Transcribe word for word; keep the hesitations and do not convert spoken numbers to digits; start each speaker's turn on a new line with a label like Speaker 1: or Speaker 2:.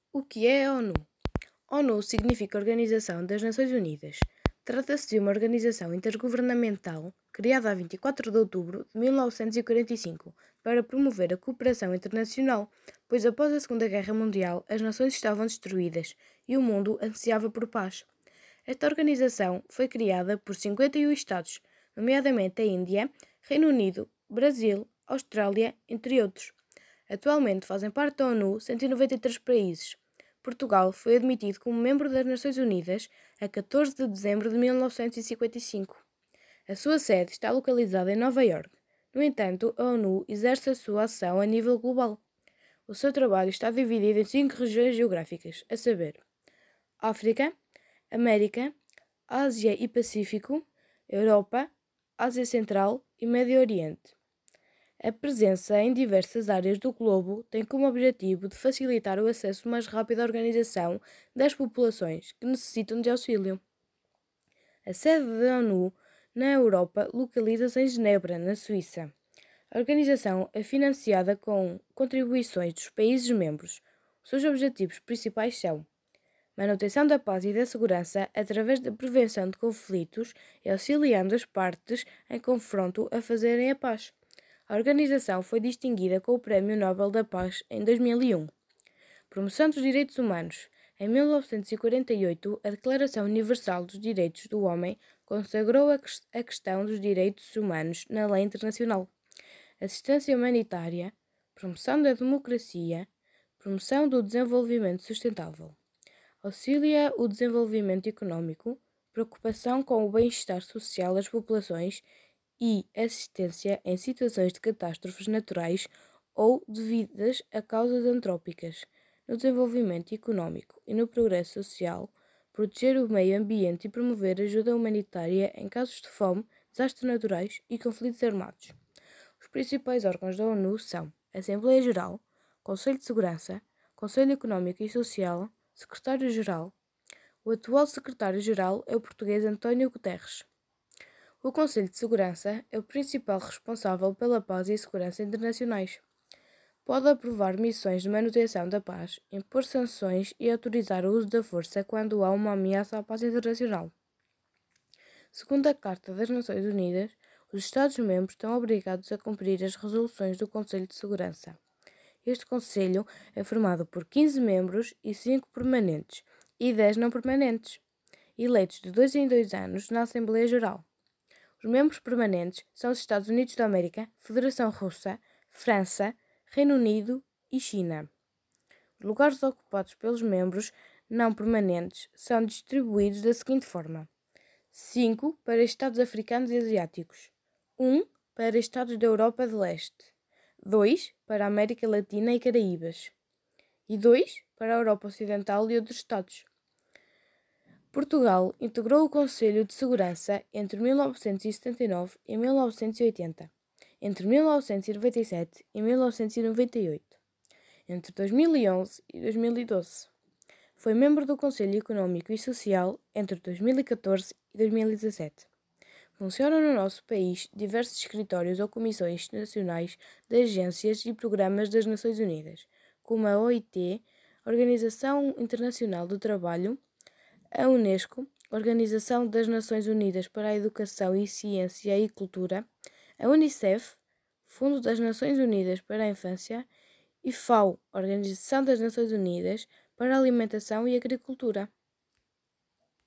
Speaker 1: O que é a ONU? ONU significa Organização das Nações Unidas. Trata-se de uma organização intergovernamental criada a vinte e quatro de outubro de mil novecentos e quarenta e cinco para promover a cooperação internacional, pois após a Segunda Guerra Mundial as nações estavam destruídas e o mundo ansiava por paz. Esta organização foi criada por cinquenta e um Estados, nomeadamente a Índia, Reino Unido, Brasil, Austrália, entre outros. Atualmente fazem parte da ONU cento e noventa e três países. Portugal foi admitido como membro das Nações Unidas a catorze de dezembro de mil novecentos e cinquenta e cinco. A sua sede está localizada em Nova Iorque. No entanto, a ONU exerce a sua ação a nível global. O seu trabalho está dividido em cinco regiões geográficas, a saber: África, América, Ásia e Pacífico, Europa, Ásia Central e Médio Oriente. A presença em diversas áreas do globo tem como objetivo de facilitar o acesso mais rápido à organização das populações que necessitam de auxílio. A sede da ONU na Europa localiza-se em Genebra, na Suíça. A organização é financiada com contribuições dos países membros. Os seus objetivos principais são: manutenção da paz e da segurança através da prevenção de conflitos e auxiliando as partes em confronto a fazerem a paz. A organização foi distinguida com o Prémio Nobel da Paz em dois mil e um. Promoção dos Direitos Humanos. Em mil novecentos e quarenta e oito, a Declaração Universal dos Direitos do Homem consagrou a, que a questão dos direitos humanos na lei internacional. Assistência humanitária, promoção da democracia, promoção do desenvolvimento sustentável. Auxilia o desenvolvimento econômico, preocupação com o bem-estar social das populações e assistência em situações de catástrofes naturais ou devidas a causas antrópicas, no desenvolvimento econômico e no progresso social, proteger o meio ambiente e promover ajuda humanitária em casos de fome, desastres naturais e conflitos armados. Os principais órgãos da ONU são a Assembleia Geral, Conselho de Segurança, Conselho Econômico e Social, Secretário-Geral. O atual Secretário-Geral é o português António Guterres. O Conselho de Segurança é o principal responsável pela paz e segurança internacionais. Pode aprovar missões de manutenção da paz, impor sanções e autorizar o uso da força quando há uma ameaça à paz internacional. Segundo a Carta das Nações Unidas, os Estados-membros estão obrigados a cumprir as resoluções do Conselho de Segurança. Este Conselho é formado por quinze membros e cinco permanentes e dez não permanentes, eleitos de dois em dois anos na Assembleia Geral. Os membros permanentes são os Estados Unidos da América, Federação Russa, França, Reino Unido e China. Os lugares ocupados pelos membros não permanentes são distribuídos da seguinte forma: cinco para Estados africanos e asiáticos, um para Estados da Europa de Leste, dois para a América Latina e Caraíbas e dois para a Europa Ocidental e outros Estados. Portugal integrou o Conselho de Segurança entre mil novecentos e setenta e nove e mil novecentos e oitenta, entre mil novecentos e noventa e sete e mil novecentos e noventa e oito, entre dois mil e onze e dois mil e doze. Foi membro do Conselho Econômico e Social entre dois mil e catorze e dois mil e dezassete. Funcionam no nosso país diversos escritórios ou comissões nacionais de agências e programas das Nações Unidas, como a O I T, Organização Internacional do Trabalho, a Unesco, Organização das Nações Unidas para a Educação e Ciência e Cultura, a Unicef, Fundo das Nações Unidas para a Infância, e FAO, Organização das Nações Unidas para a Alimentação e Agricultura.